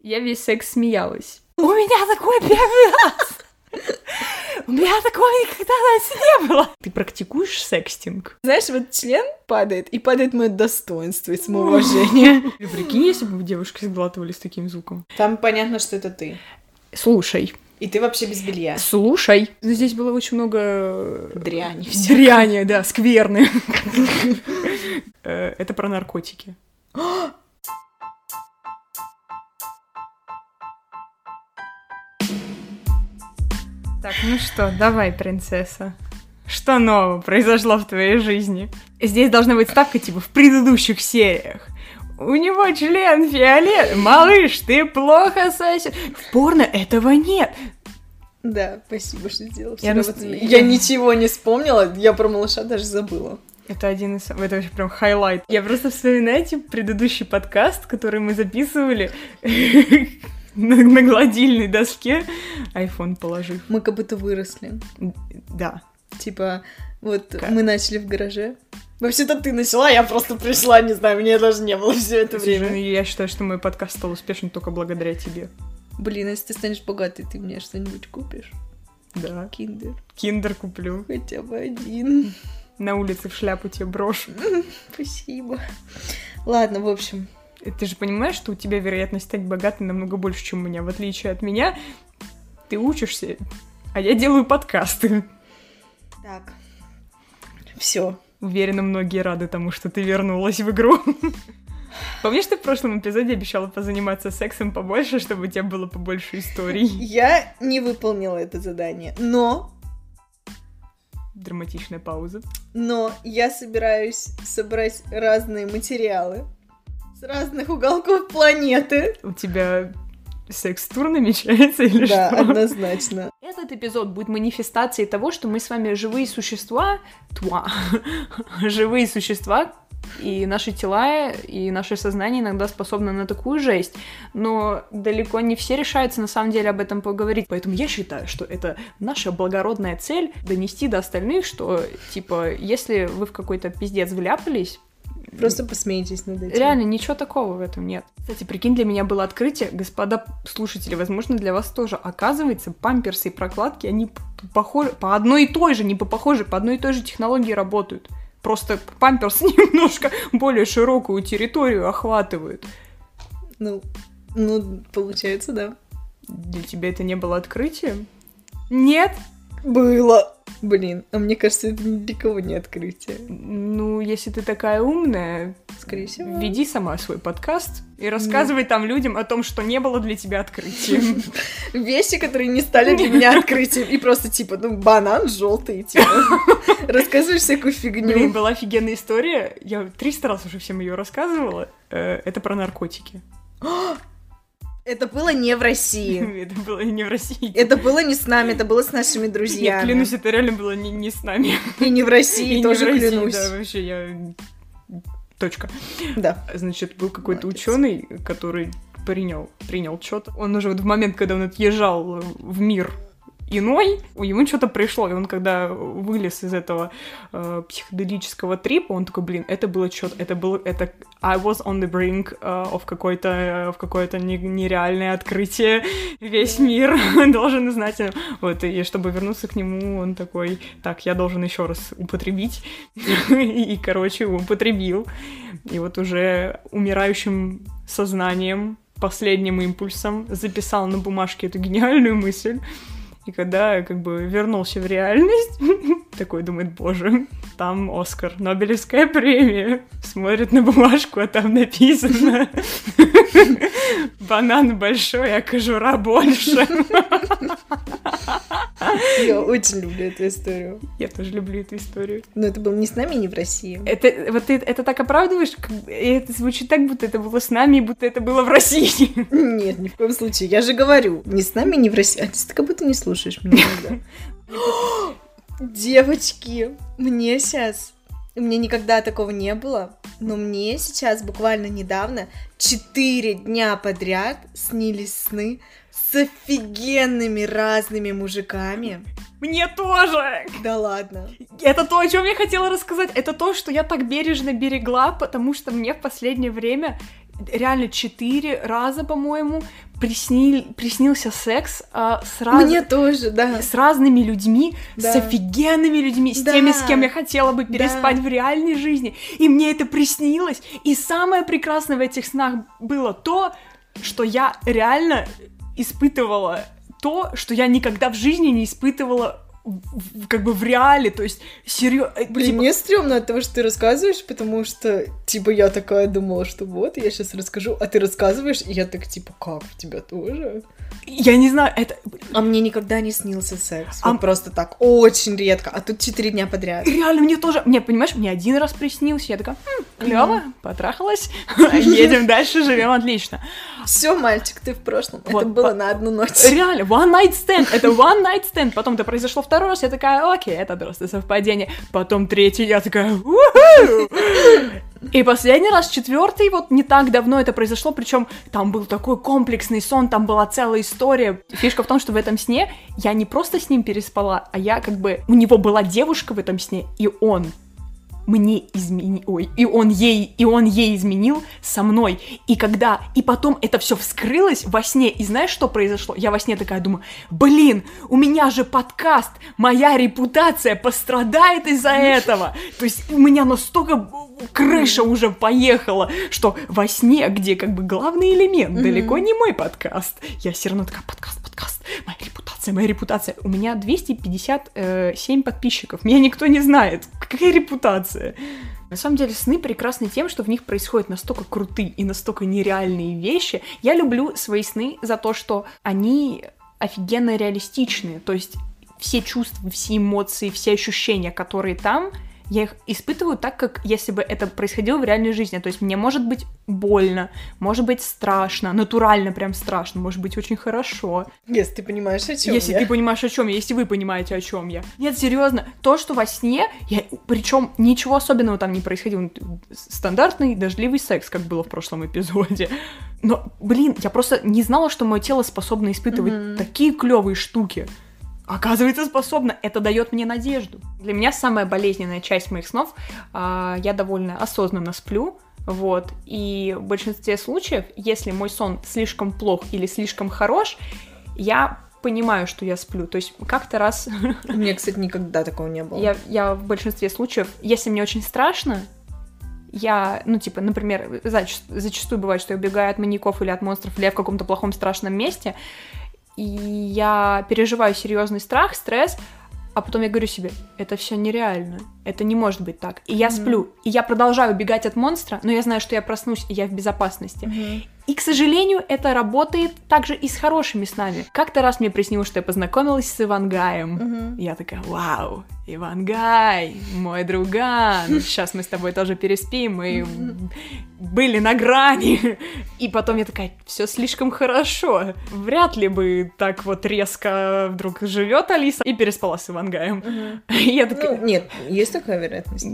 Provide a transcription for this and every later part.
Я весь секс смеялась. У меня такой первый раз! У меня такого никогда раньше не было! Ты практикуешь секстинг? Знаешь, вот член падает, и падает мое достоинство и самоуважение. Ты прикинь, если бы девушки сглатывали с таким звуком. Там понятно, что это ты. Слушай. И ты вообще без белья. Слушай. Здесь было очень много... Дряни. Дряни, да, скверны. Это про наркотики. Так, ну что, давай, принцесса. Что нового произошло в твоей жизни? Здесь должна быть ставка, типа, в предыдущих сериях. У него член фиолет. Малыш, ты плохо сосешь. В порно этого нет. Да, спасибо, что сделала. Я ничего не вспомнила, я про малыша даже забыла. Это один из... Это вообще прям хайлайт. Я просто вспоминаю, предыдущий подкаст, который мы записывали на гладильной доске, iPhone положив. Мы как будто выросли. Да. Типа, вот мы начали в гараже. Вообще-то ты начала, я просто пришла, не знаю, мне даже не было все это время. Я считаю, что мой подкаст стал успешным только благодаря тебе. Блин, если ты станешь богатой, ты мне что-нибудь купишь? Да. Киндер. Киндер куплю. Хотя бы один. На улице в шляпу тебе брошу. Спасибо. Ладно, в общем. Ты же понимаешь, что у тебя вероятность стать богатой намного больше, чем у меня. В отличие от меня, ты учишься, а я делаю подкасты. Так. Все. Уверена, многие рады тому, что ты вернулась в игру. Помнишь, ты в прошлом эпизоде обещала позаниматься сексом побольше, чтобы у тебя было побольше историй? Я не выполнила это задание, но... Драматичная пауза. Но я собираюсь собрать разные материалы с разных уголков планеты. У тебя секс-тур намечается или что? Да, однозначно. Этот эпизод будет манифестацией того, что мы с вами живые существа, живые существа, и наши тела, и наше сознание иногда способны на такую жесть, но далеко не все решаются на самом деле об этом поговорить. Поэтому я считаю, что это наша благородная цель донести до остальных, что, типа, если вы в какой-то пиздец вляпались, просто посмейтесь над этим. Реально, ничего такого в этом нет. Кстати, прикинь, для меня было открытие, господа слушатели, возможно, для вас тоже. Оказывается, памперсы и прокладки, они похожи, по одной и той же, не по похожей, по одной и той же технологии работают. Просто памперс немножко более широкую территорию охватывает. Ну, получается, да. Для тебя это не было открытием? Нет? Было. Блин, а мне кажется, это ни для кого не открытие. Ну, если ты такая умная, скорее всего, веди сама свой подкаст и рассказывай там людям о том, что не было для тебя открытием. Вещи, которые не стали для меня открытием. И просто, типа, банан желтый, типа. Рассказываешь всякую фигню. Блин, была офигенная история. Я 300 раз уже всем ее рассказывала. Это про наркотики. Это было не в России. Это было не в России. Это было не с нами, это было с нашими друзьями. Я клянусь, это реально было не с нами. И не в России, и тоже не в России, клянусь. Да, вообще, я... Точка. Да. Значит, был какой-то ученый, который принял что-то. Он уже вот в момент, когда он отъезжал в мир иной, ему что-то пришло, и он когда вылез из этого психоделического трипа, он такой, блин, это было что-то, это I was on the brink of какое-то нереальное открытие, весь мир должен знать, вот, и чтобы вернуться к нему, он такой, так, я должен еще раз употребить, и, короче, употребил, и вот уже умирающим сознанием, последним импульсом записал на бумажке эту гениальную мысль. И когда, вернулся в реальность, такой думает, боже, там Оскар, Нобелевская премия. Смотрит на бумажку, а там написано банан большой, а кожура больше. Я очень люблю эту историю. Я тоже люблю эту историю. Но это было не с нами, не в России. Это так оправдываешь? Это звучит так, будто это было с нами, будто это было в России. Нет, ни в коем случае. Я же говорю, не с нами, не в России. А ты как будто не слушаешь меня иногда. Девочки, мне никогда такого не было, но мне сейчас, буквально недавно, 4 дня подряд снились сны с офигенными разными мужиками. Мне тоже! Да ладно. Это то, о чем я хотела рассказать. Это то, что я так бережно берегла, потому что мне в последнее время реально 4 раза, по-моему, приснился секс Мне тоже, да. с разными людьми, Да. с офигенными людьми, с теми, с кем я хотела бы переспать в реальной жизни. И мне это приснилось. И самое прекрасное в этих снах было то, что я реально испытывала то, что я никогда в жизни не испытывала как бы в реале, то есть серьезно. Блин, мне стрёмно от того, что ты рассказываешь, потому что, типа, я такая думала, что вот, я сейчас расскажу, а ты рассказываешь, и я так, типа, как, в тебя тоже? Я не знаю, это... А мне никогда не снился секс, вот просто так, очень редко, а тут 4 дня подряд. Реально, мне тоже, мне, понимаешь, мне один раз приснился, я такая, клево, потрахалась, едем дальше, живем отлично. Все, мальчик, ты в прошлом, Вот, это было на одну ночь. Реально, one night stand, это one night stand, потом это произошло второй раз, я такая, окей, это просто совпадение, потом третий, я такая, уху! И последний раз, 4-й, вот не так давно это произошло, причем там был такой комплексный сон, там была целая история. Фишка в том, что в этом сне я не просто с ним переспала, а я как бы... У него была девушка в этом сне, и он мне изменил... Ой, и он ей изменил со мной. И когда... И потом это все вскрылось во сне, и знаешь, что произошло? Я во сне такая думаю, блин, у меня же подкаст, моя репутация пострадает из-за этого. То есть у меня настолько крыша уже поехала, что во сне, где как бы главный элемент, далеко не мой подкаст, я все равно такая, подкаст, моя репутация. У меня 257 подписчиков, меня никто не знает. Какая репутация? На самом деле сны прекрасны тем, что в них происходят настолько крутые и настолько нереальные вещи. Я люблю свои сны за то, что они офигенно реалистичные, то есть все чувства, все эмоции, все ощущения, которые там, я их испытываю так, как если бы это происходило в реальной жизни. То есть мне может быть больно, может быть страшно, натурально прям страшно, может быть очень хорошо. Если ты понимаешь, о чем Если ты понимаешь, о чем я, если вы понимаете, о чем я. Нет, серьезно, то, что во сне, причем ничего особенного там не происходило. Стандартный дождливый секс, как было в прошлом эпизоде. Но, блин, я просто не знала, что мое тело способно испытывать такие клевые штуки. Оказывается, способна. Это дает мне надежду. Для меня самая болезненная часть моих снов, я довольно осознанно сплю, вот, и в большинстве случаев, если мой сон слишком плох или слишком хорош, я понимаю, что я сплю. То есть как-то раз... У меня, кстати, никогда такого не было. Я в большинстве случаев, если мне очень страшно, я, например, зачастую бывает, что я убегаю от маньяков или от монстров, или я в каком-то плохом страшном месте, и я переживаю серьезный страх, стресс, а потом я говорю себе, это все нереально, это не может быть так. И я сплю, и я продолжаю убегать от монстра, но я знаю, что я проснусь, и я в безопасности. И, к сожалению, это работает также и с хорошими снами. Как-то раз мне приснилось, что я познакомилась с Ивангаем. Я такая, вау, Ивангай, мой друган, сейчас мы с тобой тоже переспим, мы были на грани. И потом я такая, все слишком хорошо. Вряд ли бы так вот резко вдруг живет Алиса. И переспала с Ивангаем. Я такая... нет, есть такая вероятность.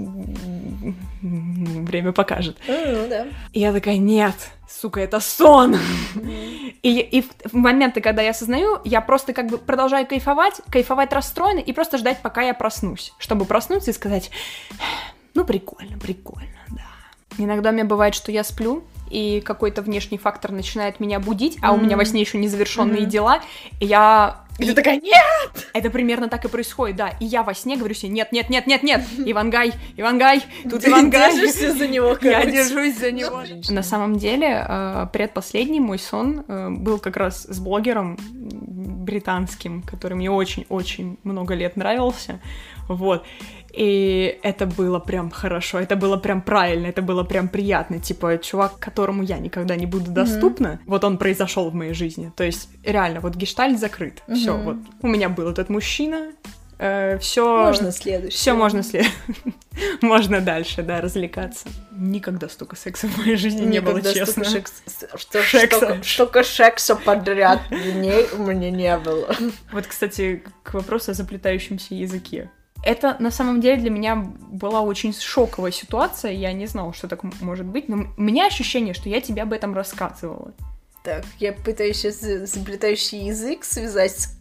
Время покажет. Да. И я такая, нет, сука, это сон. И в моменты, когда я осознаю, я просто как бы продолжаю кайфовать расстроенно и просто ждать, пока я проснусь, чтобы проснуться и сказать, прикольно, да. Иногда у меня бывает, что я сплю, и какой-то внешний фактор начинает меня будить, а у меня во сне еще незавершенные дела, и я... И ты такая, нет! Это примерно так и происходит, да. И я во сне говорю себе, нет, Ивангай, тут Ты Ивангай. держишься за него, короче. Я держусь за него. На самом деле, предпоследний мой сон был как раз с блогером британским, который мне очень-очень много лет нравился, вот. И это было прям хорошо, это было прям правильно, это было прям приятно. Типа, чувак, которому я никогда не буду доступна, вот он произошел в моей жизни. То есть, реально, вот гештальт закрыт. Все, вот. У меня был этот мужчина, все. Можно следующий. Все можно можно дальше, да, развлекаться. Никогда столько секса в моей жизни не было, честно. Столько секса подряд у меня не было. Вот, кстати, к вопросу о заплетающемся языке. Это, на самом деле, для меня была очень шоковая ситуация, я не знала, что так может быть, но у меня ощущение, что я тебе об этом рассказывала. Так, я пытаюсь сейчас заплетающий язык связать с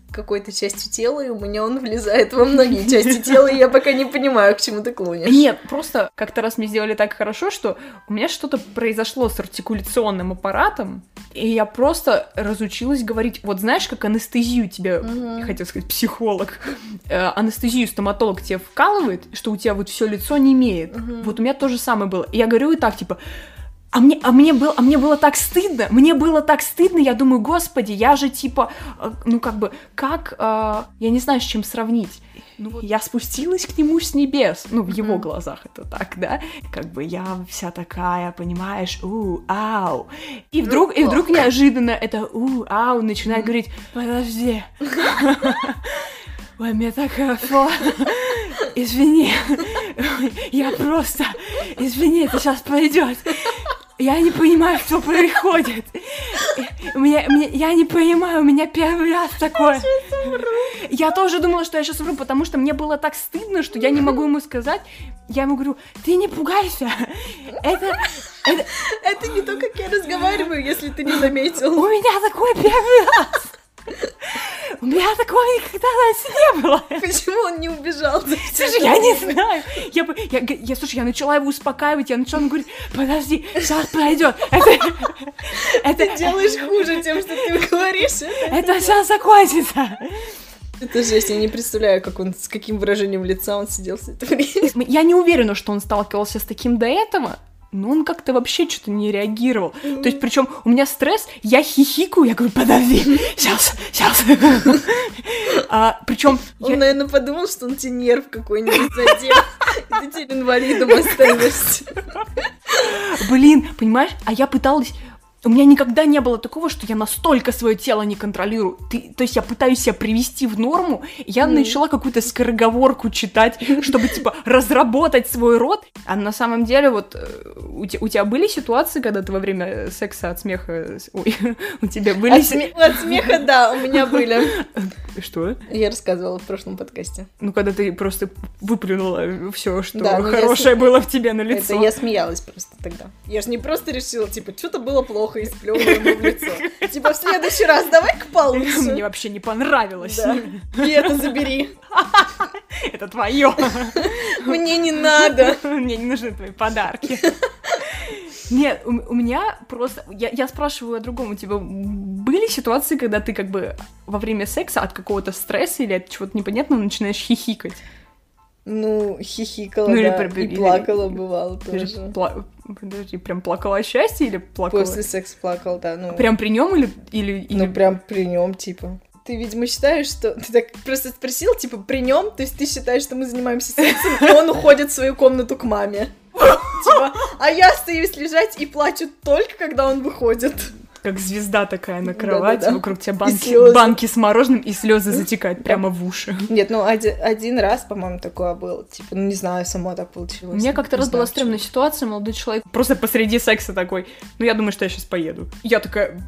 какой-то частью тела, и у меня он влезает во многие части тела, и я пока не понимаю, к чему ты клонишь. Нет, просто как-то раз мне сделали так хорошо, что у меня что-то произошло с артикуляционным аппаратом, и я просто разучилась говорить. Вот знаешь, как анестезию тебе, хотел сказать, психолог, анестезию стоматолог тебе вкалывает, что у тебя вот все лицо немеет. Вот у меня то же самое было. И я говорю и так, типа... А мне было так стыдно, я думаю, господи, я же типа, ну как бы, я не знаю, с чем сравнить. Ну вот я спустилась к нему с небес, ну в его глазах это так, да, как бы я вся такая, понимаешь, ау, и вдруг неожиданно это ау начинает говорить, подожди, ой, мне так хорошо, извини, извини, это сейчас пройдет. Я не понимаю, что происходит. Я не понимаю, у меня первый раз такое. Я тоже думала, что я сейчас вру, потому что мне было так стыдно, что я не могу ему сказать. Я ему говорю, ты не пугайся. Это не то, как я разговариваю, если ты не заметил. У меня такой первый раз. У меня такого никогда раньше не было. Почему он не убежал? Слушай, я не знаю. Слушай, я начала его успокаивать, я начала ему говорить, подожди, сейчас пройдет. Ты делаешь хуже тем, что ты говоришь. Это сейчас закончится. Это жесть, я не представляю, с каким выражением лица он сидел все это время. Я не уверена, что он сталкивался с таким до этого, но он как-то вообще что-то не реагировал. То есть, причем у меня стресс, я хихикаю, я говорю, подожди, сейчас. Причем он, наверное, подумал, что он тебе нерв какой-нибудь задел, и ты теперь инвалидом останешься. Блин, понимаешь, а я пыталась... У меня никогда не было такого, что я настолько свое тело не контролирую. То есть я пытаюсь себя привести в норму, и я начала какую-то скороговорку читать, чтобы, типа, разработать свой рот. А на самом деле, вот, у тебя были ситуации, когда ты во время секса от смеха... Ой, у тебя были... От смеха, да, у меня были. Что? Я рассказывала в прошлом подкасте. Ну, когда ты просто выплюнула все, что хорошее было в тебе на лицо. Это я смеялась просто тогда. Я же не просто решила, типа, что-то было плохо, и сплёвывала ему в лицо. Типа, в следующий раз давай-ка получше. Мне вообще не понравилось. Да. И это забери. Это твое. Мне не надо. Мне не нужны твои подарки. Нет, у меня просто... Я спрашиваю о другом. У тебя были ситуации, когда ты как бы во время секса от какого-то стресса или от чего-то непонятного начинаешь хихикать? Ну, хихикала, да, и плакала, бывало тоже. Подожди, прям плакала от счастья или плакала? После секса плакала, да, ну... Прям при нем или... Ну, прям при нем, типа. Ты, видимо, считаешь, что... Ты так просто спросил, типа, при нем, то есть ты считаешь, что мы занимаемся сексом, и он уходит в свою комнату к маме. Типа, а я остаюсь лежать и плачу только, когда он выходит. Как звезда такая на кровати, да-да-да. Вокруг тебя банки с мороженым, и слезы затекают прямо в уши. Нет, ну один раз, по-моему, такое было. Типа, ну не знаю, само так получилось. У меня как-то раз была стрёмная ситуация, молодой человек просто посреди секса такой, ну я думаю, что я сейчас поеду. Я такая...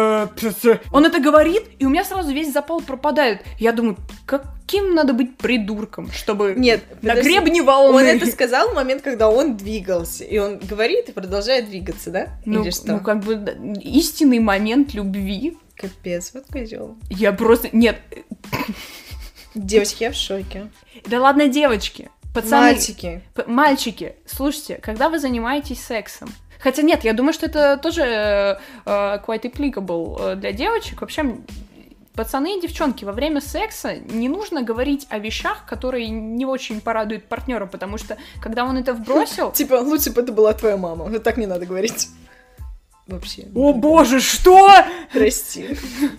Он это говорит, и у меня сразу весь запал пропадает. Я думаю, каким надо быть придурком, чтобы на гребне волны... Он это сказал в момент, когда он двигался, и он говорит и продолжает двигаться, да? Ну, или что? Ну, как бы истинный момент любви. Капец, вот козёл. Я просто... Нет. Девочки, я в шоке. Да ладно, девочки. Пацаны. Мальчики, слушайте, когда вы занимаетесь сексом, хотя нет, я думаю, что это тоже quite applicable для девочек. Вообще, пацаны и девчонки, во время секса не нужно говорить о вещах, которые не очень порадуют партнера, потому что, когда он это вбросил... Типа, лучше бы это была твоя мама. Вот так не надо говорить. Вообще. О боже, что? Прости.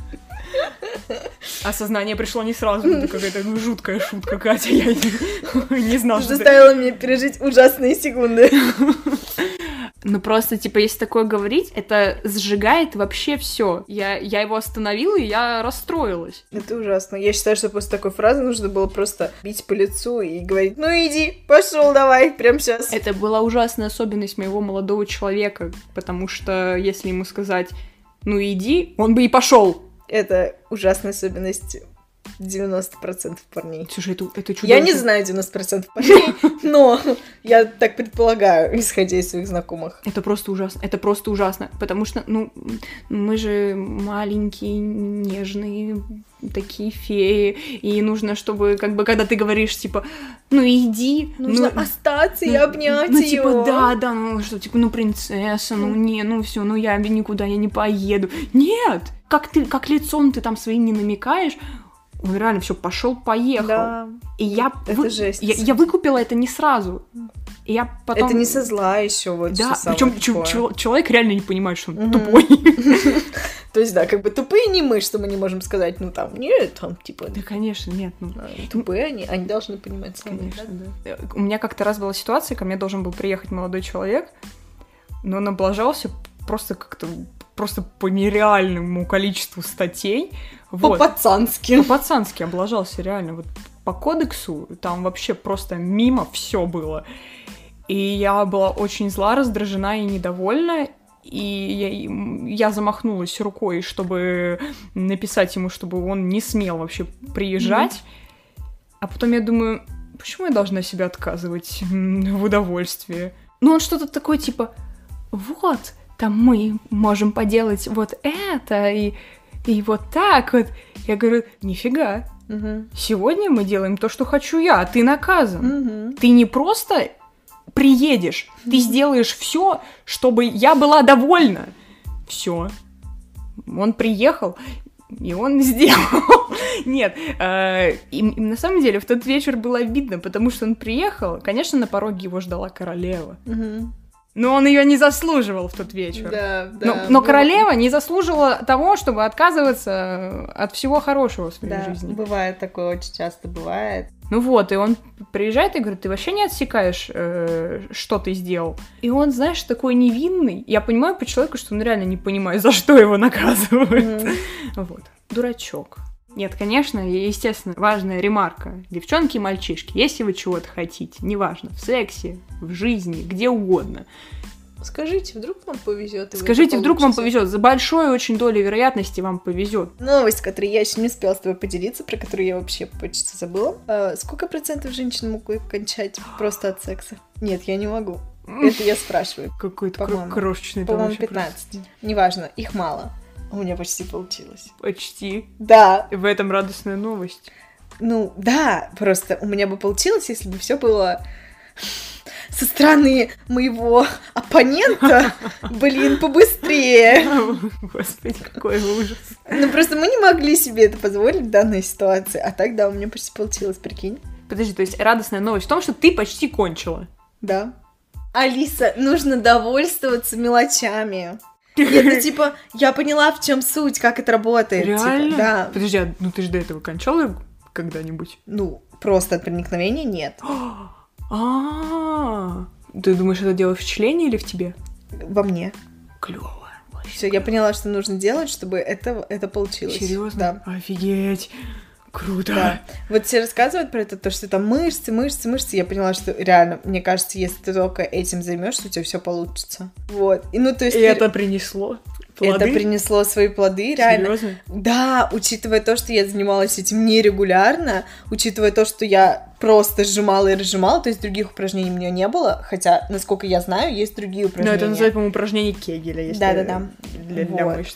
Осознание пришло не сразу, это какая-то жуткая шутка, Катя, я не знала, что ты... Заставила меня пережить ужасные секунды. Ну просто, типа, если такое говорить, это сжигает вообще все. Я его остановила, и я расстроилась. Это ужасно. Я считаю, что после такой фразы нужно было просто бить по лицу и говорить: ну иди, пошел давай, прям сейчас. Это была ужасная особенность моего молодого человека, потому что если ему сказать: ну иди, он бы и пошел. Это ужасная особенность 90% парней. Слушай, это чудо. Я не знаю 90% парней, но я так предполагаю, исходя из своих знакомых. Это просто ужасно, потому что, мы же маленькие, нежные, такие феи, и нужно, чтобы, как бы, когда ты говоришь, типа, иди. Нужно остаться и обнять её. Типа, да, что, типа, принцесса, все, я никуда я не поеду. Нет! Как лицом ты там своим не намекаешь, он реально все пошел, поехал. Да. И это жесть. Я выкупила это не сразу. И я потом... Это не со зла еще вот. Да, причем человек реально не понимает, что он тупой. То есть, да, как бы тупые не мы, что мы не можем сказать, нет, типа... Да, конечно, нет. Тупые они должны понимать сами. Конечно, да. У меня как-то раз была ситуация, ко мне должен был приехать молодой человек, но он облажался просто по нереальному количеству статей. По-пацански. По-пацански облажался, реально. Вот по кодексу там вообще просто мимо все было. И я была очень зла, раздражена и недовольна. И я замахнулась рукой, чтобы написать ему, чтобы он не смел вообще приезжать. А потом я думаю, почему я должна себе отказывать в удовольствии? Он что-то такое, типа, вот, там мы можем поделать вот это, и вот так вот. Я говорю, нифига. Сегодня мы делаем то, что хочу я, а ты наказан. Ты не просто приедешь, ты сделаешь все, чтобы я была довольна. Все. Он приехал, и он сделал. Нет, и на самом деле в тот вечер было обидно, потому что он приехал, конечно, на пороге его ждала королева. Но он ее не заслуживал в тот вечер. Да. Но королева не заслужила того, чтобы отказываться от всего хорошего в своей жизни. Бывает такое, очень часто бывает. И он приезжает и говорит, ты вообще не отсекаешь, что ты сделал. И он, знаешь, такой невинный. Я понимаю по человеку, что он реально не понимает, за что его наказывают. Дурачок. Нет, конечно, естественно, важная ремарка. Девчонки и мальчишки, если вы чего-то хотите, неважно, в сексе, в жизни, где угодно. Скажите, вдруг вам повезет. Скажите, вдруг вам повезет. За большой очень долей вероятности вам повезет. Новость, которую я еще не успела с тобой поделиться, про которую я вообще почти забыла. Сколько процентов женщин могут кончать просто от секса? Нет, я не могу. Это я спрашиваю. Какой-то крошечный. По-моему, 15. Неважно, их мало. У меня почти получилось. Почти? Да. И в этом радостная новость. Да, просто у меня бы получилось, если бы все было со стороны моего оппонента. Побыстрее. Господи, какой ужас. Просто мы не могли себе это позволить в данной ситуации. А так, да, у меня почти получилось, прикинь. Подожди, то есть радостная новость в том, что ты почти кончила? Да. Алиса, нужно довольствоваться мелочами. Это я поняла, в чем суть, как это работает. Реально? Да. Подожди, ты же до этого кончала когда-нибудь? Просто от проникновения нет. Ты думаешь, это дело в члене или в тебе? Во мне. Клёво. Все, я поняла, что нужно делать, чтобы это получилось. Серьезно? Да. Офигеть. Круто. Да. Вот все рассказывают про это, то, что там мышцы. Я поняла, что реально, мне кажется, если ты только этим займешься, у тебя все получится. И это принесло плоды? Это принесло свои плоды, реально. Серьезно? Да, учитывая то, что я занималась этим нерегулярно, учитывая то, что я просто сжимала и разжимала, то есть других упражнений у меня не было, хотя, насколько я знаю, есть другие упражнения. Но это называется, по-моему, упражнение Кегеля, если для мышц.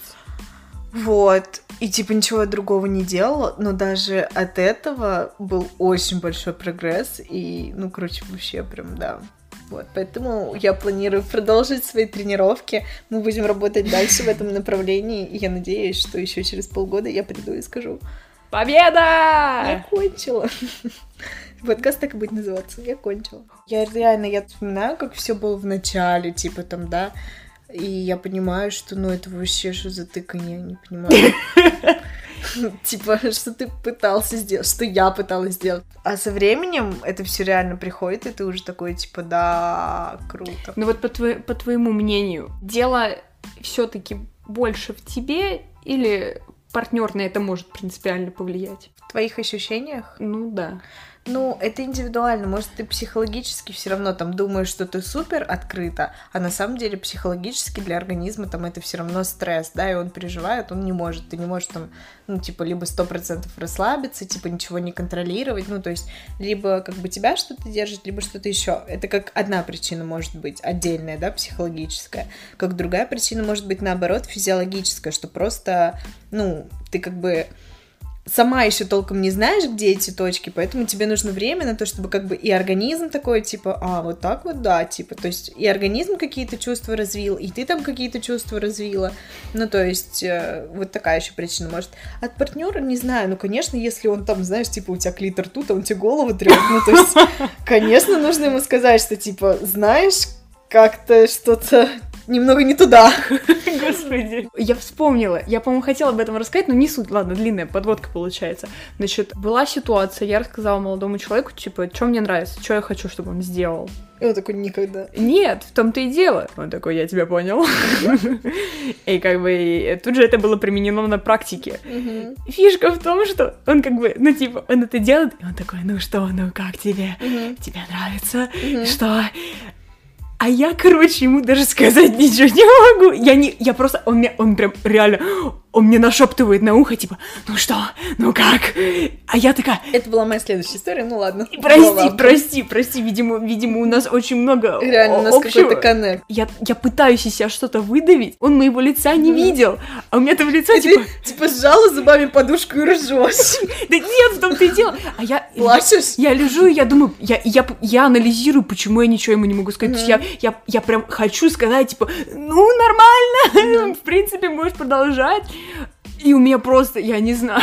И ничего другого не делала, но даже от этого был очень большой прогресс, и, вообще прям, да. Поэтому я планирую продолжить свои тренировки, мы будем работать дальше в этом направлении, и я надеюсь, что еще через полгода я приду и скажу: победа! Я кончила. Подкаст так и будет называться, я кончила. Я вспоминаю, как все было в начале, да. И я понимаю, что, это вообще что за тыканье, я не понимаю. Что ты пытался сделать, что я пыталась сделать. А со временем это все реально приходит, и ты уже такой, да, круто. По твоему мнению, дело все-таки больше в тебе или партнер на это может принципиально повлиять? В твоих ощущениях? Да. Ну, это индивидуально. Может, ты психологически все равно там думаешь, что ты супер открыта, а на самом деле психологически для организма там это все равно стресс, да, и он переживает, он не может. Ты не можешь там, ну, типа, либо 100% расслабиться, типа, ничего не контролировать, ну, то есть, либо как бы тебя что-то держит, либо что-то еще. Это как одна причина может быть отдельная, да, психологическая. Как другая причина может быть, наоборот, физиологическая, что просто, ну, ты как бы сама еще толком не знаешь, где эти точки, поэтому тебе нужно время на то, чтобы как бы и организм такой, типа, вот так вот, да, типа, то есть и организм какие-то чувства развил, и ты там какие-то чувства развила, ну, то есть вот такая еще причина может. От партнера не знаю, ну, конечно, если он там, знаешь, типа, у тебя клитор тут, а он тебе голову трет, ну, то есть, конечно, нужно ему сказать, что, типа, знаешь, как-то что-то немного не туда. Господи. Я вспомнила. Я, по-моему, хотела об этом рассказать, но не суть. Ладно, длинная подводка получается. Значит, была ситуация, я рассказала молодому человеку, типа, что мне нравится, что я хочу, чтобы он сделал. И он такой, никогда. Нет, в том-то и дело. Он такой, я тебя понял. И как бы тут же это было применено на практике. Фишка в том, что он как бы, ну типа, он это делает, и он такой, ну что, ну как тебе? Тебе нравится? Что? А я, короче, ему даже сказать ничего не могу. Я просто, он прям реально, он мне нашептывает на ухо, типа, ну что, ну как? А я такая... Это была моя следующая история, ну ладно. Прости, видимо, у нас очень много реально, у нас какой-то коннект. Я пытаюсь из себя что-то выдавить, он моего лица не видел, а у меня там лицо, типа... Ты, типа, сжала зубами подушку и ржёшь. Да нет, в том-то и дело. А я... Плачешь? Я лежу, и я думаю, я анализирую, почему я ничего ему не могу сказать. То есть я прям хочу сказать, типа, ну, нормально, в принципе, можешь продолжать. И у меня просто, я не знаю.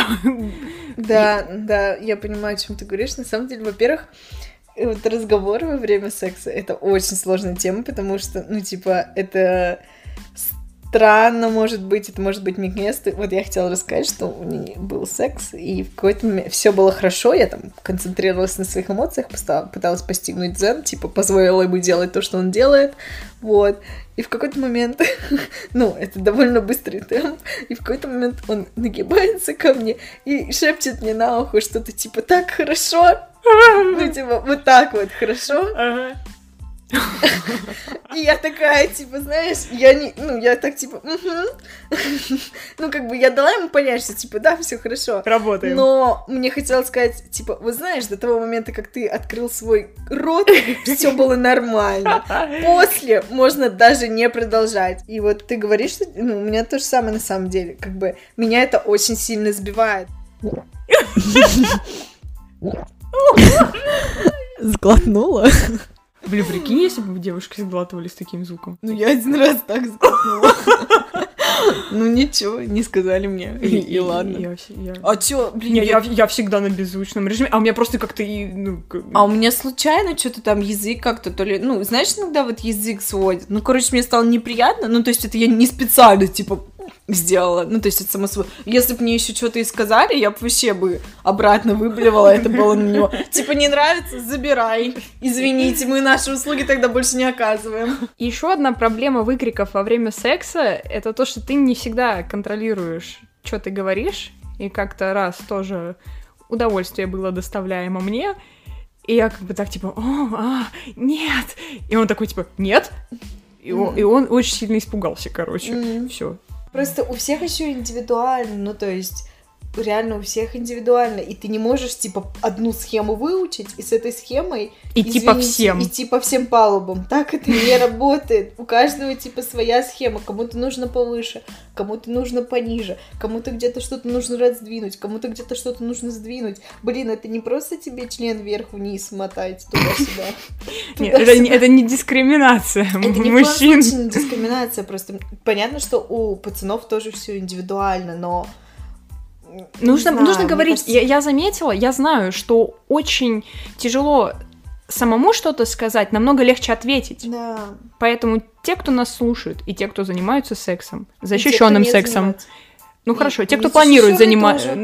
Да, я понимаю, о чем ты говоришь. На самом деле, во-первых, вот разговоры во время секса — это очень сложная тема, потому что, ну, типа, это странно, может быть, это может быть не к месту. Вот я хотела рассказать, что у меня был секс, и в какой-то момент все было хорошо, я там концентрировалась на своих эмоциях, пыталась постигнуть дзен, типа, позволила ему делать то, что он делает, вот. И в какой-то момент, ну, это довольно быстрый темп, и в какой-то момент он нагибается ко мне и шепчет мне на ухо что-то типа «так хорошо», ну, типа, вот так вот, хорошо? И я такая, типа, знаешь, я так, типа, ну, как бы, я дала ему понять, что, типа, да, все хорошо. Работаем. Но мне хотелось сказать, типа, вот знаешь, до того момента, как ты открыл свой рот, все было нормально. После можно даже не продолжать. И вот ты говоришь, что, ну, у меня то же самое на самом деле, как бы, меня это очень сильно сбивает. Сглотнула. Блин, прикинь, если бы девушки сглатывали с таким звуком. Ну, я один раз так сглотнула. Ну, ничего, не сказали мне. И ладно. А чё, блин, я всегда на беззвучном режиме, а у меня просто как-то А у меня случайно что-то там язык как-то, то ли... Ну, знаешь, иногда вот язык сводит. Ну, короче, мне стало неприятно. Ну, то есть это я не специально, типа, сделала. Ну, то есть это само собой. Если бы мне еще что-то и сказали, я бы вообще бы обратно выблевала, это было на него. Типа, не нравится? Забирай. Извините, мы наши услуги тогда больше не оказываем. Еще одна проблема выкриков во время секса — это то, что ты не всегда контролируешь, что ты говоришь, и как-то раз тоже удовольствие было доставляемо мне, и я как бы так, типа, нет, и он такой, типа, нет, и он очень сильно испугался, короче, все. Просто у всех еще индивидуально, ну, то есть, реально у всех индивидуально, и ты не можешь, типа, одну схему выучить, и с этой схемой, идти по всем. Идти по всем палубам. Так это не работает. У каждого, типа, своя схема. Кому-то нужно повыше, кому-то нужно пониже, кому-то где-то что-то нужно раздвинуть, кому-то где-то что-то нужно сдвинуть. Блин, это не просто тебе член вверх-вниз мотать туда-сюда. Нет, это не дискриминация мужчин. Это не дискриминация, просто понятно, что у пацанов тоже все индивидуально, но нужно говорить. Я заметила, я знаю, что очень тяжело самому что-то сказать, намного легче ответить. Да. Поэтому те, кто нас слушают, и те, кто занимаются сексом, защищенным сексом. Ну хорошо, те, кто планирует заниматься.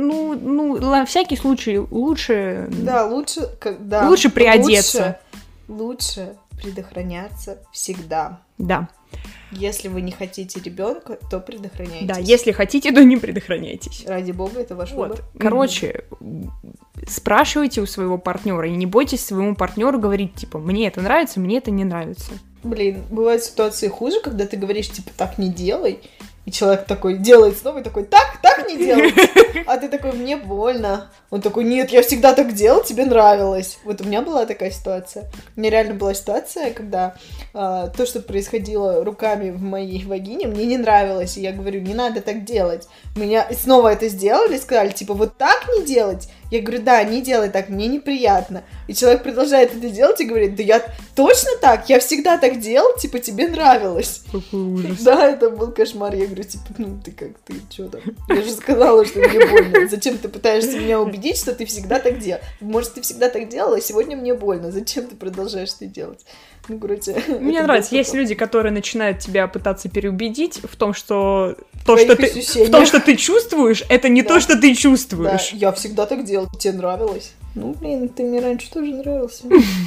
Ну, на всякий случай лучше. Да, лучше, лучше приодеться. Лучше предохраняться всегда. Да. Если вы не хотите ребенка, то предохраняйтесь. Да, если хотите, то не предохраняйтесь. Ради бога, это ваш выбор. Короче, спрашивайте у своего партнера и не бойтесь своему партнеру говорить, типа, мне это нравится, мне это не нравится. Блин, бывают ситуации хуже, когда ты говоришь, типа, так не делай, и человек такой делает снова и такой, так не делай. А ты такой, мне больно. Он такой, нет, я всегда так делал, тебе нравилось. Вот у меня была такая ситуация. У меня реально была ситуация, когда то, что происходило руками в моей вагине, мне не нравилось. И я говорю, не надо так делать. Меня снова это сделали, сказали, типа, вот так не делать? Я говорю, да, не делай так, мне неприятно. И человек продолжает это делать и говорит, да я точно так? Я всегда так делал, типа, тебе нравилось. Какой ужас. Да, это был кошмар. Я говорю, типа, ну ты как, ты что там? Я же сказала, что мне больно. Зачем ты пытаешься меня убедить, что ты всегда так делал? Может, ты всегда так делала, а сегодня мне больно. Зачем ты продолжаешь это делать? Ну, короче... Мне нравится, есть люди, которые начинают тебя пытаться переубедить в том, что ты чувствуешь, это не то, что ты чувствуешь. Да, я всегда так делал, тебе нравилось? Ну, блин, ты мне раньше тоже нравился.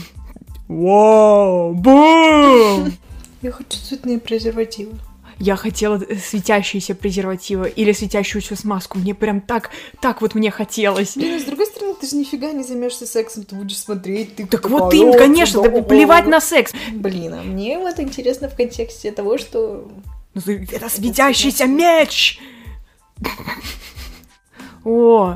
Вау, бум! Я хочу цветные презервативы. Я хотела светящиеся презервативы или светящуюся смазку. Мне прям так вот мне хотелось. Блин, а с другой стороны, ты же нифига не займешься сексом, ты будешь смотреть, ты так вот им, конечно, да плевать на секс. Блин, а мне вот интересно в контексте того, что... Это светящийся меч! О!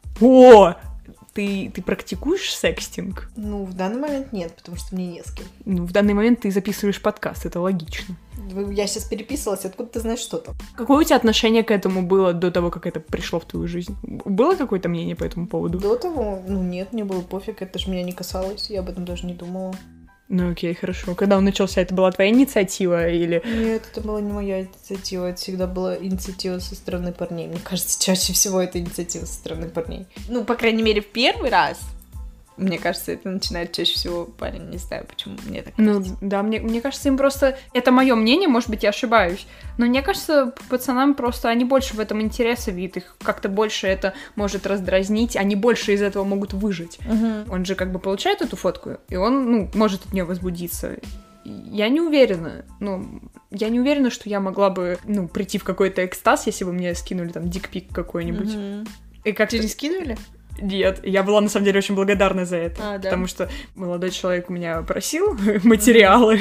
Ты практикуешь секстинг? Ну, в данный момент нет, потому что мне не с кем. Ну, в данный момент ты записываешь подкаст, это логично. Я сейчас переписывалась, откуда ты знаешь, что там? Какое у тебя отношение к этому было до того, как это пришло в твою жизнь? Было какое-то мнение по этому поводу? До того? Ну, нет, мне было пофиг, это же меня не касалось, я об этом даже не думала. Ну, окей, хорошо. Когда он начался, это была твоя инициатива или... Нет, это была не моя инициатива, это всегда была инициатива со стороны парней. Мне кажется, чаще всего это инициатива со стороны парней. Ну, по крайней мере, в первый раз. Мне кажется, это начинает чаще всего парень, не знаю, почему мне так кажется. Ну, да, мне кажется, им просто... Это мое мнение, может быть, я ошибаюсь, но мне кажется, пацанам просто, они больше в этом интереса видят, их как-то больше это может раздразнить, они больше из этого могут выжить. Угу. Он же как бы получает эту фотку, и он, может от нее возбудиться. Я не уверена, что я могла бы, прийти в какой-то экстаз, если бы мне скинули там дикпик какой-нибудь. Угу. И как-то... Тебе не скидывали? Нет, я была, на самом деле, очень благодарна за это, да? Потому что молодой человек у меня просил материалы,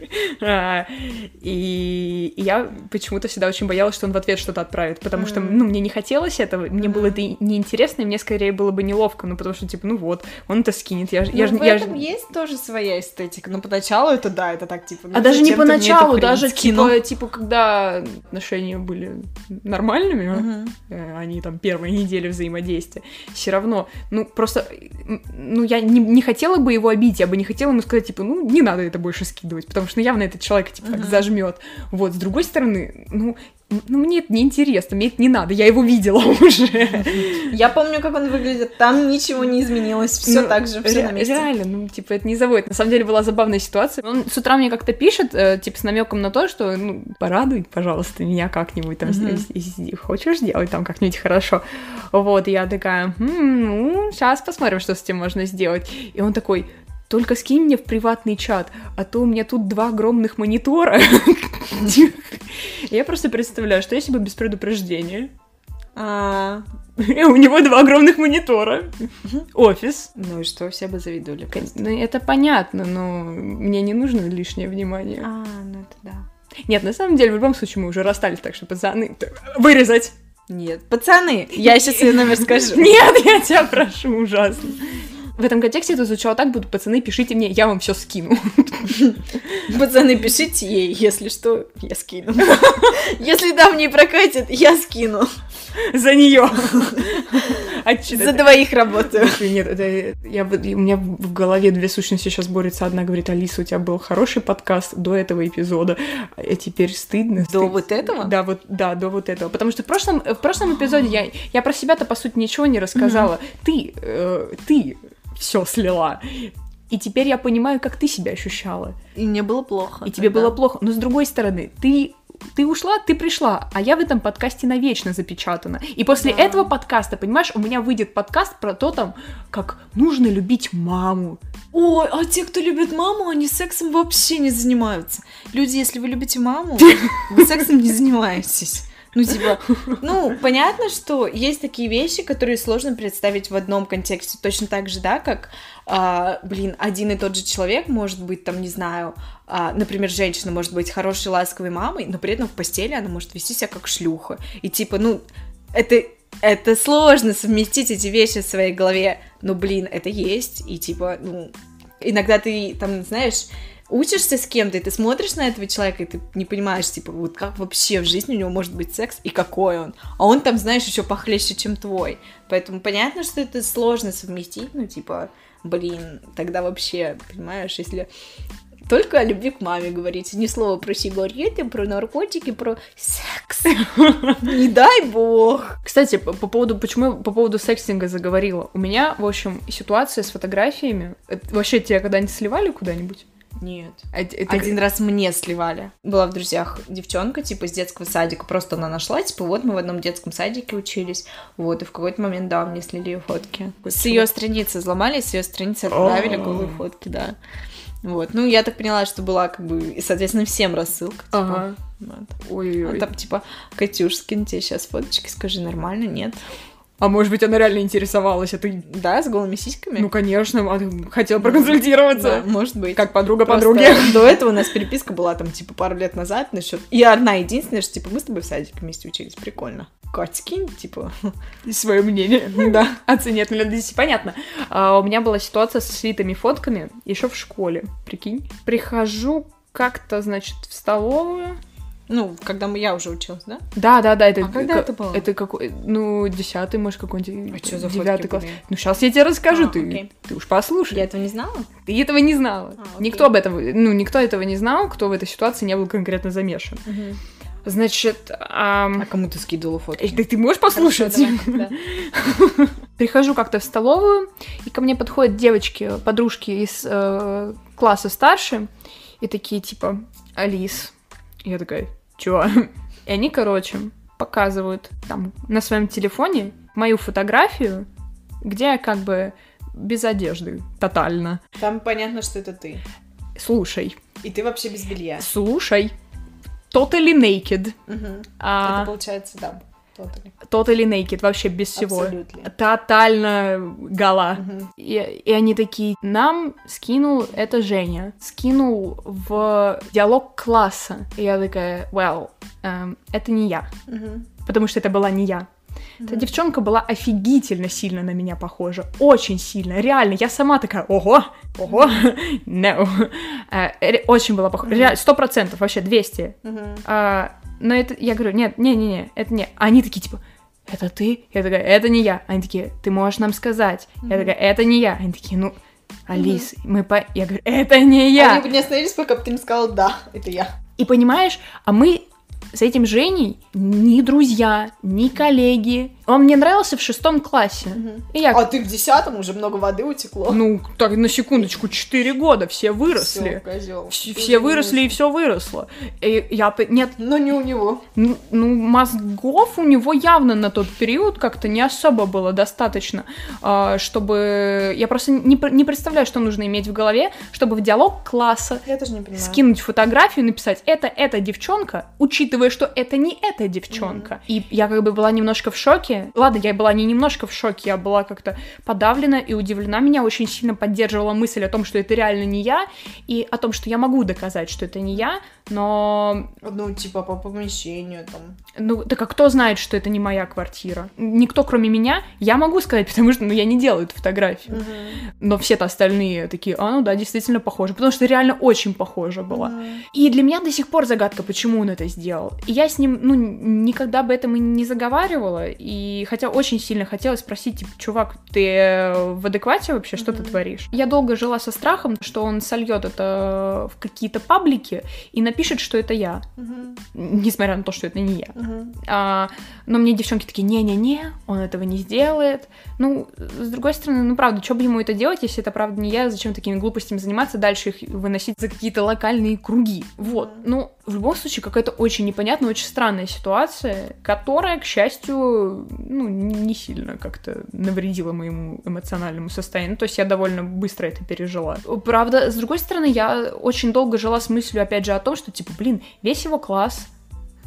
и я почему-то всегда очень боялась, что он в ответ что-то отправит, потому что, мне не хотелось этого, мне было это неинтересно, и мне скорее было бы неловко, потому что, типа, он это скинет, в этом есть тоже своя эстетика, но поначалу это, да, это так, типа... А даже не поначалу, даже, типа, когда отношения были нормальными, они там первые недели взаимодействия, все равно, я не хотела бы его обидеть, я бы не хотела ему сказать, типа, не надо это больше скидывать, потому что, явно этот человек, типа, так зажмет. Вот, с другой стороны, мне это неинтересно, мне это не надо, я его видела уже. Я помню, как он выглядит, там ничего не изменилось, все так же, все на месте. Реально, это не заводит. На самом деле была забавная ситуация. Он с утра мне как-то пишет, типа, с намеком на то, что, порадуй, пожалуйста, меня как-нибудь там, если хочешь сделать там как-нибудь хорошо. Вот, и я такая, сейчас посмотрим, что с этим можно сделать. И он такой... Только скинь мне в приватный чат, а то у меня тут 2 огромных монитора. Я просто представляю, что если бы без предупреждения. У него 2 огромных монитора. Офис. Ну и что, все бы завидовали. Это понятно, но мне не нужно лишнее внимание. Ну это да. Нет, на самом деле, в любом случае, мы уже расстались, так что, пацаны, вырезать. Нет, пацаны, я сейчас свой номер скажу. Нет, я тебя прошу, ужасно. В этом контексте это звучало так, будто пацаны, пишите мне, я вам все скину. Пацаны, пишите ей, если что, я скину. Если там не прокатит, я скину. За нее. За 2 работаю. Нет, у меня в голове 2 сущности сейчас борются. Одна говорит, Алиса, у тебя был хороший подкаст до этого эпизода, а теперь стыдно. До вот этого? Да, до вот этого. Потому что в прошлом эпизоде я про себя-то, по сути, ничего не рассказала. Ты все слила. И теперь я понимаю, как ты себя ощущала. И мне было плохо. И тебе было плохо. Но с другой стороны, ты ушла, ты пришла, а я в этом подкасте навечно запечатана. И после этого подкаста, понимаешь, у меня выйдет подкаст про то, там, как нужно любить маму. Ой, а те, кто любит маму, они сексом вообще не занимаются. Люди, если вы любите маму, вы сексом не занимаетесь. Ну, типа, ну, понятно, что есть такие вещи, которые сложно представить в одном контексте. Точно так же, да, как, один и тот же человек может быть, там, не знаю, например, женщина может быть хорошей, ласковой мамой, но при этом в постели она может вести себя как шлюха. И, типа, ну, это сложно совместить эти вещи в своей голове, но, блин, это есть, и, типа, ну, иногда ты, там, знаешь, учишься с кем-то, и ты смотришь на этого человека, и ты не понимаешь, типа, вот как вообще в жизни у него может быть секс, и какой он. А он там, знаешь, еще похлеще, чем твой. Поэтому понятно, что это сложно совместить, ну, типа, блин, тогда вообще, понимаешь, если только о любви к маме говорите, ни слова про сигареты, про наркотики, про секс. Не дай бог. Кстати, почему я по поводу секстинга заговорила? У меня, в общем, ситуация с фотографиями. Вообще, тебя когда-нибудь сливали куда-нибудь? Нет. Один раз мне сливали. Была в друзьях девчонка, типа, из детского садика. Просто она нашла, типа, вот мы в одном детском садике учились. Вот, и в какой-то момент, да, мне слили ее фотки. С ее страницы взломали, с ее страницы отправили голые фотки, да. Вот, ну, я так поняла, что была, как бы, и, соответственно, всем рассылка. Типа. Ага. Вот. Ой-ой-ой. А там, типа, Катюш, скинь тебе сейчас фоточки, скажи, нормально, нет? А может быть, она реально интересовалась, а ты... Да, с голыми сиськами? Ну, конечно, хотела проконсультироваться. Да, может быть. Как подруга Просто подруги. До этого у нас переписка была, там, типа, пару лет назад насчет. И одна единственная, что, типа, мы с тобой в садике вместе учились, прикольно. Кать, скинь, типа... И свое мнение. Да. Оцени от 0 до 10. Понятно. У меня была ситуация со слитыми фотками еще в школе. Прикинь. Прихожу как-то, значит, в столовую. Ну, когда я уже училась, да? Да. Это, когда это было? Это какой... Ну, 10-й, может, какой-нибудь... А что за 9 класс. были? Ну, сейчас я тебе расскажу. Окей. Ты уж послушай. Я этого не знала? Ты этого не знала. Окей. Никто об этом... Ну, никто этого не знал, кто в этой ситуации не был конкретно замешан. Угу. Значит... А кому ты скидывала фотки? Да ты можешь послушать? Да. Прихожу как-то в столовую, и ко мне подходят девочки, подружки из класса старше, и такие, типа, Алис. И я такая, чё? И они, короче, показывают там на своем телефоне мою фотографию, где я как бы без одежды, тотально. Там понятно, что это ты. Слушай. И ты вообще без белья. Слушай. Totally naked. Угу. Это получается, да. Totally naked, вообще без всего. Абсолютно. Тотально гола. Угу. И они такие, нам скинул это Женя. Скинул в диалог класса. И я такая, это не я. Угу. Потому что это была не я. Эта девчонка была офигительно сильно на меня похожа. Очень сильно. Реально, я сама такая, ого, no. Очень была похожа. 100%, вообще 200. Но это, я говорю, нет, это не. Они такие, типа, это ты? Я такая, это не я. Они такие, ты можешь нам сказать. Я такая, это не я. Они такие, ну, Алис, Я говорю, это не я. Они бы не остановились, пока бы ты не сказала, да, это я. И понимаешь, а мы с этим Женей ни друзья, ни коллеги. Он мне нравился в 6 классе. И я... А ты в 10 уже много воды утекло. Ну, так, на секундочку, 4 года, все выросли. Всё, козёл. Все выросли, и все выросло. И я... Нет. Но не у него. Ну, мозгов у него явно на тот период как-то не особо было достаточно, чтобы... Я просто не представляю, что нужно иметь в голове, чтобы в диалог класса я тоже не понимаю. Скинуть фотографию и написать, это эта девчонка, учитывая, что это не эта девчонка. И я как бы была немножко в шоке. Ладно, я была не немножко в шоке, я была как-то подавлена и удивлена. Меня очень сильно поддерживала мысль о том, что это реально не я, и о том, что я могу доказать, что это не я, но... Ну, типа по помещению там. Ну, так а кто знает, что это не моя квартира? Никто, кроме меня, я могу сказать, потому что, я не делаю эту фотографию. Но все-то остальные такие, ну да, действительно похоже, потому что реально очень похожа была. И для меня до сих пор загадка, почему он это сделал. И я с ним, никогда об этом и не заговаривала, и хотя очень сильно хотелось спросить, типа, чувак, ты в адеквате вообще, что ты творишь? Я долго жила со страхом, что он сольет это в какие-то паблики и напишет, что это я. Несмотря на то, что это не я. Но мне девчонки такие, не-не-не, он этого не сделает. Ну, с другой стороны, правда, что бы ему это делать, если это правда не я, зачем такими глупостями заниматься, дальше их выносить за какие-то локальные круги. Вот. Ну, в любом случае, какая-то очень непонятная, очень странная ситуация, которая, к счастью, не сильно как-то навредила моему эмоциональному состоянию. То есть я довольно быстро это пережила. Правда, с другой стороны, я очень долго жила с мыслью, опять же, о том, что, типа, весь его класс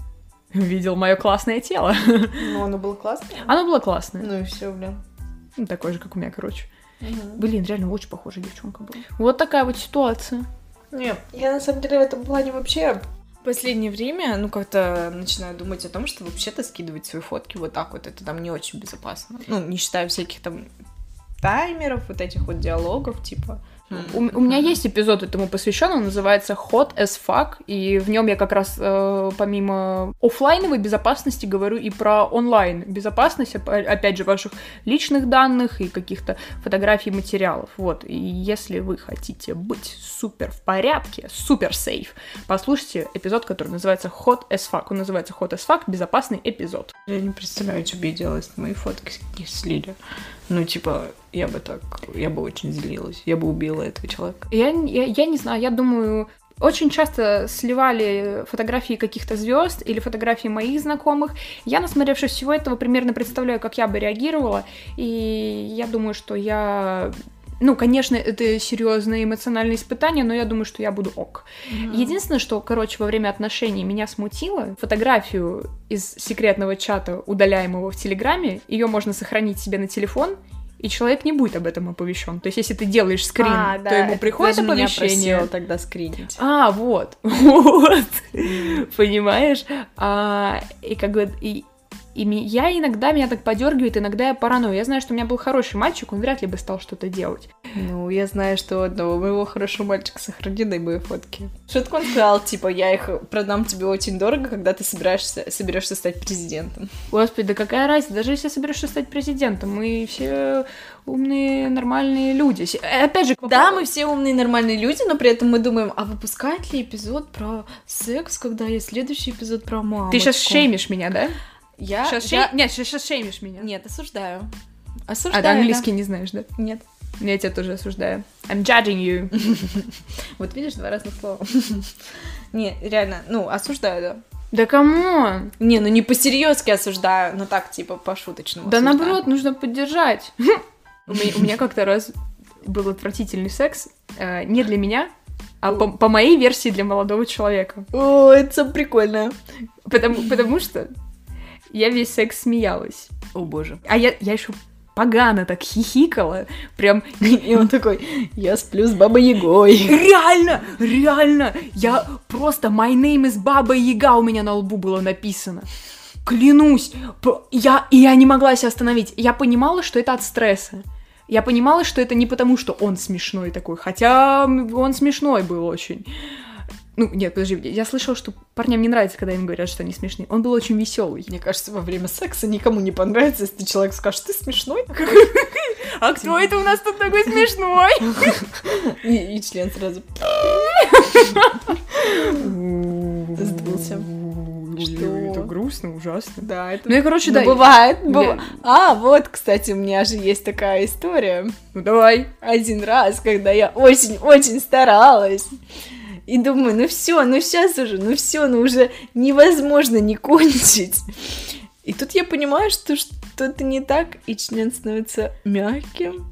видел мое классное тело. Ну, оно было классное? Оно было классное. Ну и все, блин. Ну, такое же, как у меня, короче. Угу. Блин, реально очень похожая девчонка была. Вот такая вот ситуация. Не, я на самом деле в этом плане вообще в последнее время, ну, как-то начинаю думать о том, что вообще-то скидывать свои фотки вот так вот, это там не очень безопасно. Ну, не считая всяких там таймеров, вот этих вот диалогов, типа... У меня есть эпизод этому посвященный, он называется Hot as fuck, и в нем я как раз помимо офлайновой безопасности говорю и про онлайн безопасность, опять же, ваших личных данных и каких-то фотографий, материалов. Вот, и если вы хотите быть супер в порядке, супер сейф, послушайте эпизод, который называется Hot as fuck. Он называется Hot as fuck, безопасный эпизод. Я не представляю, что бы я делала, если мои фотки слили. Ну, типа, я бы очень злилась, я бы убила этого человека. Я не знаю, я думаю, очень часто сливали фотографии каких-то звезд или фотографии моих знакомых. Я, насмотревшись всего этого, примерно представляю, как я бы реагировала, и я думаю, что я... Ну, конечно, это серьезное эмоциональное испытание, но я думаю, что я буду ок. Единственное, что, короче, во время отношений меня смутило, фотографию из секретного чата, удаляемого в Телеграме, ее можно сохранить себе на телефон, и человек не будет об этом оповещен. То есть, если ты делаешь скрин, то ему приходит оповещение. Меня тогда скринить. Вот. Понимаешь? И как бы... я иногда, меня так подергивает, иногда я паранойю. Я знаю, что у меня был хороший мальчик, он вряд ли бы стал что-то делать. Ну, я знаю, что одного моего хорошего мальчика сохранены мои фотки. Шутку он сказал, типа, я их продам тебе очень дорого, когда ты соберешься стать президентом. Господи, да какая разница, даже если соберешься стать президентом, мы все умные, нормальные люди. Опять же, да, мы все умные, нормальные люди, но при этом мы думаем, а выпускать ли эпизод про секс, когда есть следующий эпизод про мамочку? Ты сейчас шеймишь меня, да? Нет, сейчас шеймишь меня. Нет, осуждаю. А ты английский не знаешь, да? Нет. Я тебя тоже осуждаю. I'm judging you. Вот видишь, два разных слова. Не, реально, осуждаю, да. Да камон! Не, не по-серьезки осуждаю, но так, типа, по-шуточному да осуждаю. Наоборот, нужно поддержать. У меня как-то раз был отвратительный секс. Не для меня, а по моей версии для молодого человека. О, это прикольно. Потому что я весь секс смеялась. О, боже. А я еще погано так хихикала. Прям... И он такой, я сплю с Бабой Ягой. Реально! Я просто my name is Баба Яга у меня на лбу было написано. Клянусь! Я не могла себя остановить. Я понимала, что это от стресса. Я понимала, что это не потому, что он смешной такой. Хотя он смешной был очень. Ну, нет, подожди, я слышала, что парням не нравится, когда им говорят, что они смешные. Он был очень веселый. Мне кажется, во время секса никому не понравится, если человек скажет, ты смешной. А кто это у нас тут такой смешной? И член сразу сдулся. Что? Это грустно, ужасно. Да, это... Ну и, короче, да. Бывает. Вот, кстати, у меня же есть такая история. Ну, давай. Один раз, когда я очень-очень старалась. И думаю, ну сейчас уже, уже невозможно не кончить. И тут я понимаю, что что-то не так, и член становится мягким.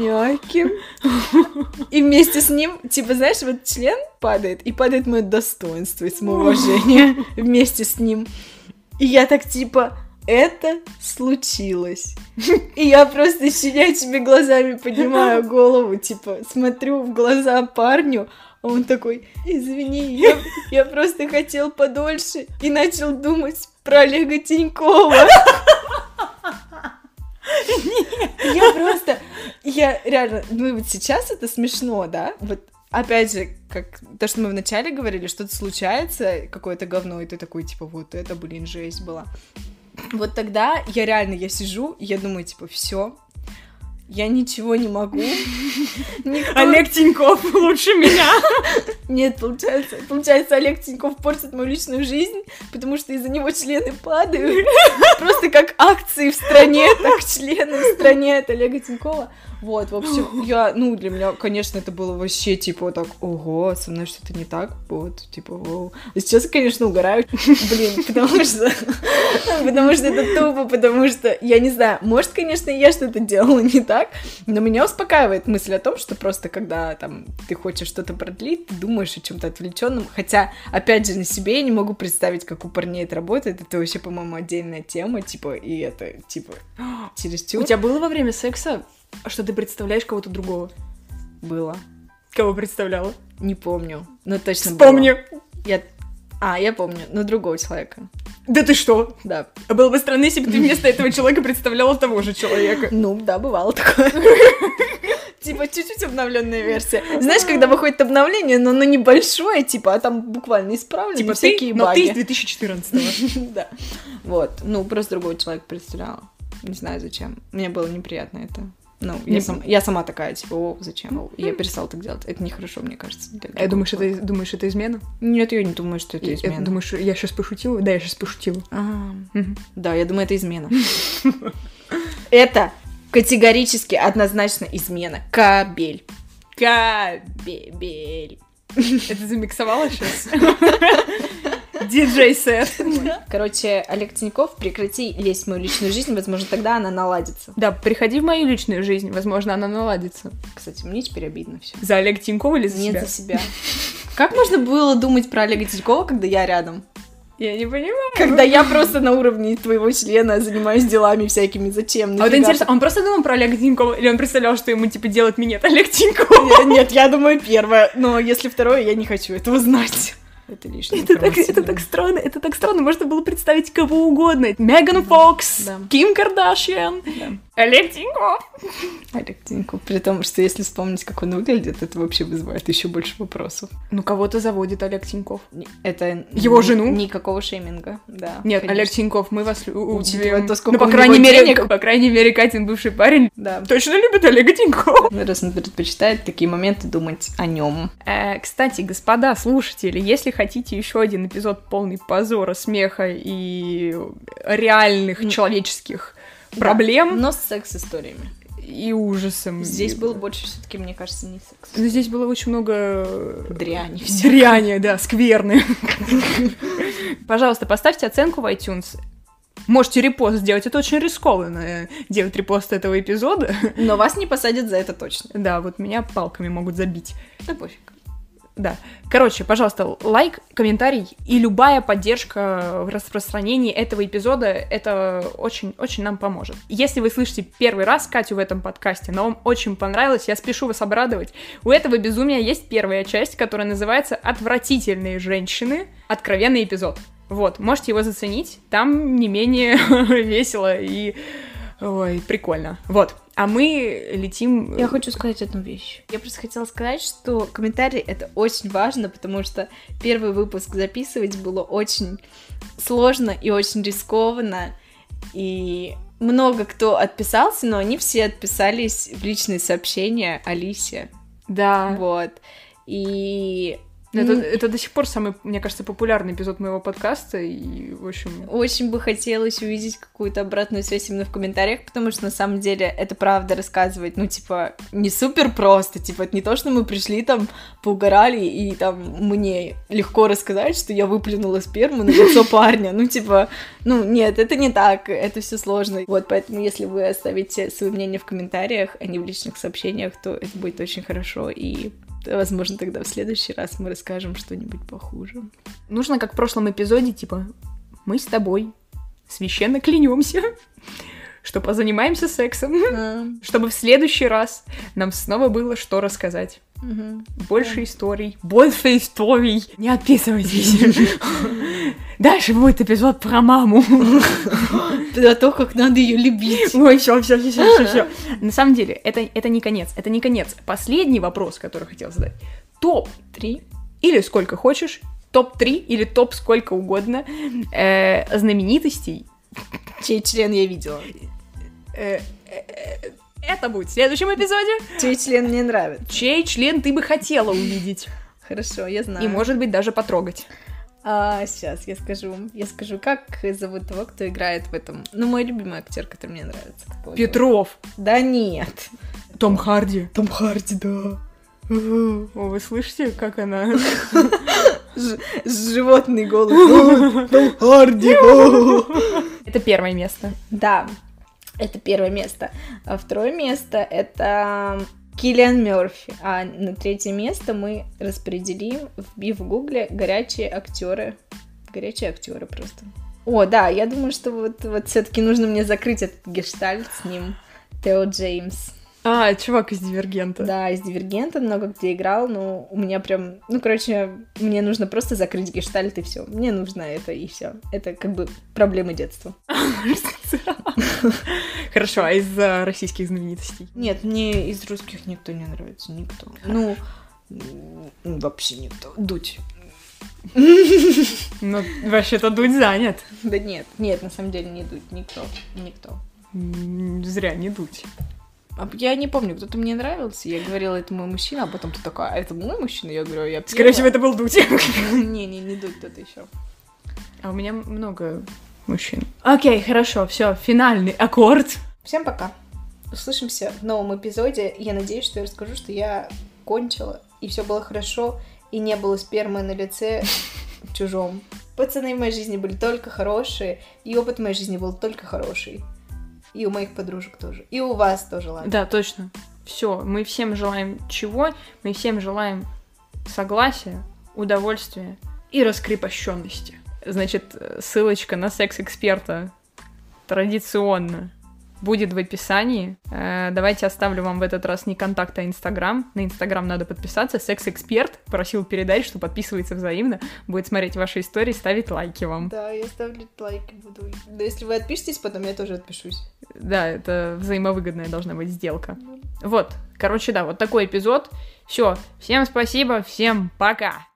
И вместе с ним, типа, знаешь, вот член падает, и падает мое достоинство и самоуважение вместе с ним. И я так, типа, это случилось. И я просто щенячьими глазами поднимаю голову, типа, смотрю в глаза парню, а он такой, извини, я просто хотел подольше и начал думать про Олега Тинькова. Я реально, ну вот сейчас это смешно, да? Вот опять же, как то, что мы вначале говорили, что-то случается, какое-то говно, и ты такой, типа, вот это, блин, жесть была. Вот тогда я сижу, и я думаю, типа, все. Я ничего не могу. Олег Тиньков лучше меня. Нет, получается, Олег Тиньков портит мою личную жизнь, потому что из-за него члены падают. Просто как акции в стране, так члены в стране от Олега Тинькова. Вот, в общем, для меня, конечно, это было вообще, типа, так, ого, со мной что-то не так, вот, типа, вау. Сейчас, конечно, угораю, блин, потому что это тупо, потому что, я не знаю, может, конечно, я что-то делала не так, так, но меня успокаивает мысль о том, что просто когда там ты хочешь что-то продлить, ты думаешь о чем-то отвлеченном, хотя, опять же, на себе я не могу представить, как у парней это работает, это вообще, по-моему, отдельная тема, типа, и это, типа, чересчур. У тебя было во время секса, что ты представляешь кого-то другого? Было. Кого представляла? Не помню, но точно Вспомни! было. Я помню, но другого человека. Да ты что? Да. А было бы странно, если бы ты вместо этого человека представляла того же человека. Ну, да, бывало такое. Типа, чуть-чуть обновленная версия. Знаешь, когда выходит обновление, но оно небольшое, типа, а там буквально исправлены Типа всякие но баги. ты из 2014-го. Да. Вот. Ну, просто другого человека представляла. Не знаю, зачем. Мне было неприятно это. Ну, я сама такая, типа, зачем? И я перестала так делать. Это нехорошо, мне кажется. Думаешь, это измена? Нет, я не думаю, что это измена. Думаешь, я сейчас пошутила? Да, я сейчас пошутила. Да, я думаю, это измена. Это категорически однозначно измена. Кабель. Кабель. Это замиксовала сейчас? Диджей-сет. Короче, Олег Тиньков, прекрати лезть в мою личную жизнь, возможно, тогда она наладится. Да, приходи в мою личную жизнь, возможно, она наладится. Кстати, мне теперь обидно все. За Олега Тинькова или за себя? Нет, за себя. Как можно было думать про Олега Тинькова, когда я рядом? Я не понимаю. Когда я просто на уровне твоего члена занимаюсь делами всякими, зачем? А вот интересно, он просто думал про Олега Тинькова, или он представлял, что ему, типа, делает минет Олег Тиньков? Нет, я думаю, первое. Но если второе, я не хочу этого знать. Это лишняя информация. Это так странно, можно было представить кого угодно. Меган Фокс, Да. Ким Кардашьян, Да. Олег Тиньков. Олег Тиньков. При том, что если вспомнить, как он выглядит, это вообще вызывает еще больше вопросов. Ну, кого-то заводит Олег Тиньков. Это Его жену? Никакого шейминга, да. Нет, конечно. Олег Тиньков, мы вас Учитывая то, ну, сколько по у крайней него мере, денег. по крайней мере, Катин бывший парень Да. точно любит Олега Тинькова. Раз он предпочитает такие моменты думать о нем. Кстати, господа слушатели, если хотите еще один эпизод полный позора, смеха и реальных человеческих проблем Но с секс-историями. и ужасом. Здесь было больше все-таки, мне кажется, не секс. Но здесь было очень много Дряни. дряни, да, скверны. Пожалуйста, поставьте оценку в iTunes. Можете репост сделать, это очень рискованно, делать репост этого эпизода. Но вас не посадят за это точно. Да, вот меня палками могут забить. Да пофиг. Да. Короче, пожалуйста, лайк, комментарий и любая поддержка в распространении этого эпизода, это очень-очень нам поможет. Если вы слышите первый раз Катю в этом подкасте, но вам очень понравилось, я спешу вас обрадовать. У этого безумия есть первая часть, которая называется «Отвратительные женщины. Откровенный эпизод». Вот, можете его заценить, там не менее весело и... Ой, прикольно. Вот. А мы летим... Я хочу сказать одну вещь. Я просто хотела сказать, что комментарии — это очень важно, потому что первый выпуск записывать было очень сложно и очень рискованно, и много кто отписался, но они все отписались в личные сообщения Алисе. Да. Вот. И... Это до сих пор самый, мне кажется, популярный эпизод моего подкаста, и, в общем... Очень бы хотелось увидеть какую-то обратную связь именно в комментариях, потому что, на самом деле, это правда рассказывать, ну, типа, не супер просто, типа, это не то, что мы пришли там, поугорали, и там мне легко рассказать, что я выплюнула сперму на лицо парня, ну, типа, ну, нет, это не так, это все сложно. Вот, поэтому, если вы оставите свое мнение в комментариях, а не в личных сообщениях, то это будет очень хорошо, и... Возможно, тогда в следующий раз мы расскажем что-нибудь похуже. Нужно, как в прошлом эпизоде, типа, мы с тобой священно клянемся, что позанимаемся сексом, чтобы в следующий раз нам снова было что рассказать. Больше историй. Больше историй. Не отписывайтесь. Дальше будет эпизод про маму. Про то, как надо ее любить. Ой, все. На самом деле, это не конец. Это не конец. Последний вопрос, который хотела задать. Топ-3 или сколько хочешь, топ-3 или топ сколько угодно знаменитостей. Чей член я видела. Это будет в следующем эпизоде. Чей член мне нравится. Чей член ты бы хотела увидеть. Хорошо, я знаю. И, может быть, даже потрогать. Сейчас я скажу, как зовут того, кто играет в этом. Ну, мой любимый актер, который мне нравится. Петров. Да нет. Том Харди. Том Харди, да. О, вы слышите, как она... Животный голос. Том Харди. Это первое место. Да. Это первое место. А второе место — это Киллиан Мёрфи. А на третье место мы распределим, вбив в гугле, горячие актеры. Горячие актеры просто. О, да, я думаю, что вот все-таки нужно мне закрыть этот гештальт с ним. Тео Джеймс. А, чувак из «Дивергента». Да, из «Дивергента» много где играл, но у меня прям... Ну, короче, мне нужно просто закрыть гештальт, и все. Мне нужно это, и все. Это как бы проблемы детства. Хорошо, а из российских знаменитостей? Нет, мне из русских никто не нравится, никто. Ну, вообще никто. Дудь. Ну, вообще-то Дудь занят. Да нет, на самом деле не Дудь, никто. Зря не Дудь. Я не помню, кто-то мне нравился, я говорила, это мой мужчина, а потом ты такая, а это мой мужчина? Я говорю, я пьяна. Скорее всего, это был Дудь. Не Дудь, кто-то еще. А у меня много мужчин. Окей, хорошо, все, финальный аккорд. Всем пока. Услышимся в новом эпизоде. Я надеюсь, что я расскажу, что я кончила, и все было хорошо, и не было спермы на лице в чужом. Пацаны в моей жизни были только хорошие, и опыт в моей жизни был только хороший. И у моих подружек тоже. И у вас тоже, ладно. Да, точно. Все, мы всем желаем чего? Мы всем желаем согласия, удовольствия и раскрепощенности. Значит, ссылочка на секс-эксперта традиционно будет в описании. Давайте оставлю вам в этот раз не контакт, а Инстаграм. На Инстаграм надо подписаться. Секс-эксперт просил передать, что подписывается взаимно. Будет смотреть ваши истории, ставить лайки вам. Да, я ставлю лайки буду. Да если вы отпишетесь, потом я тоже отпишусь. Да, это взаимовыгодная должна быть сделка. Вот, короче, да, вот такой эпизод. Все, всем спасибо, всем пока!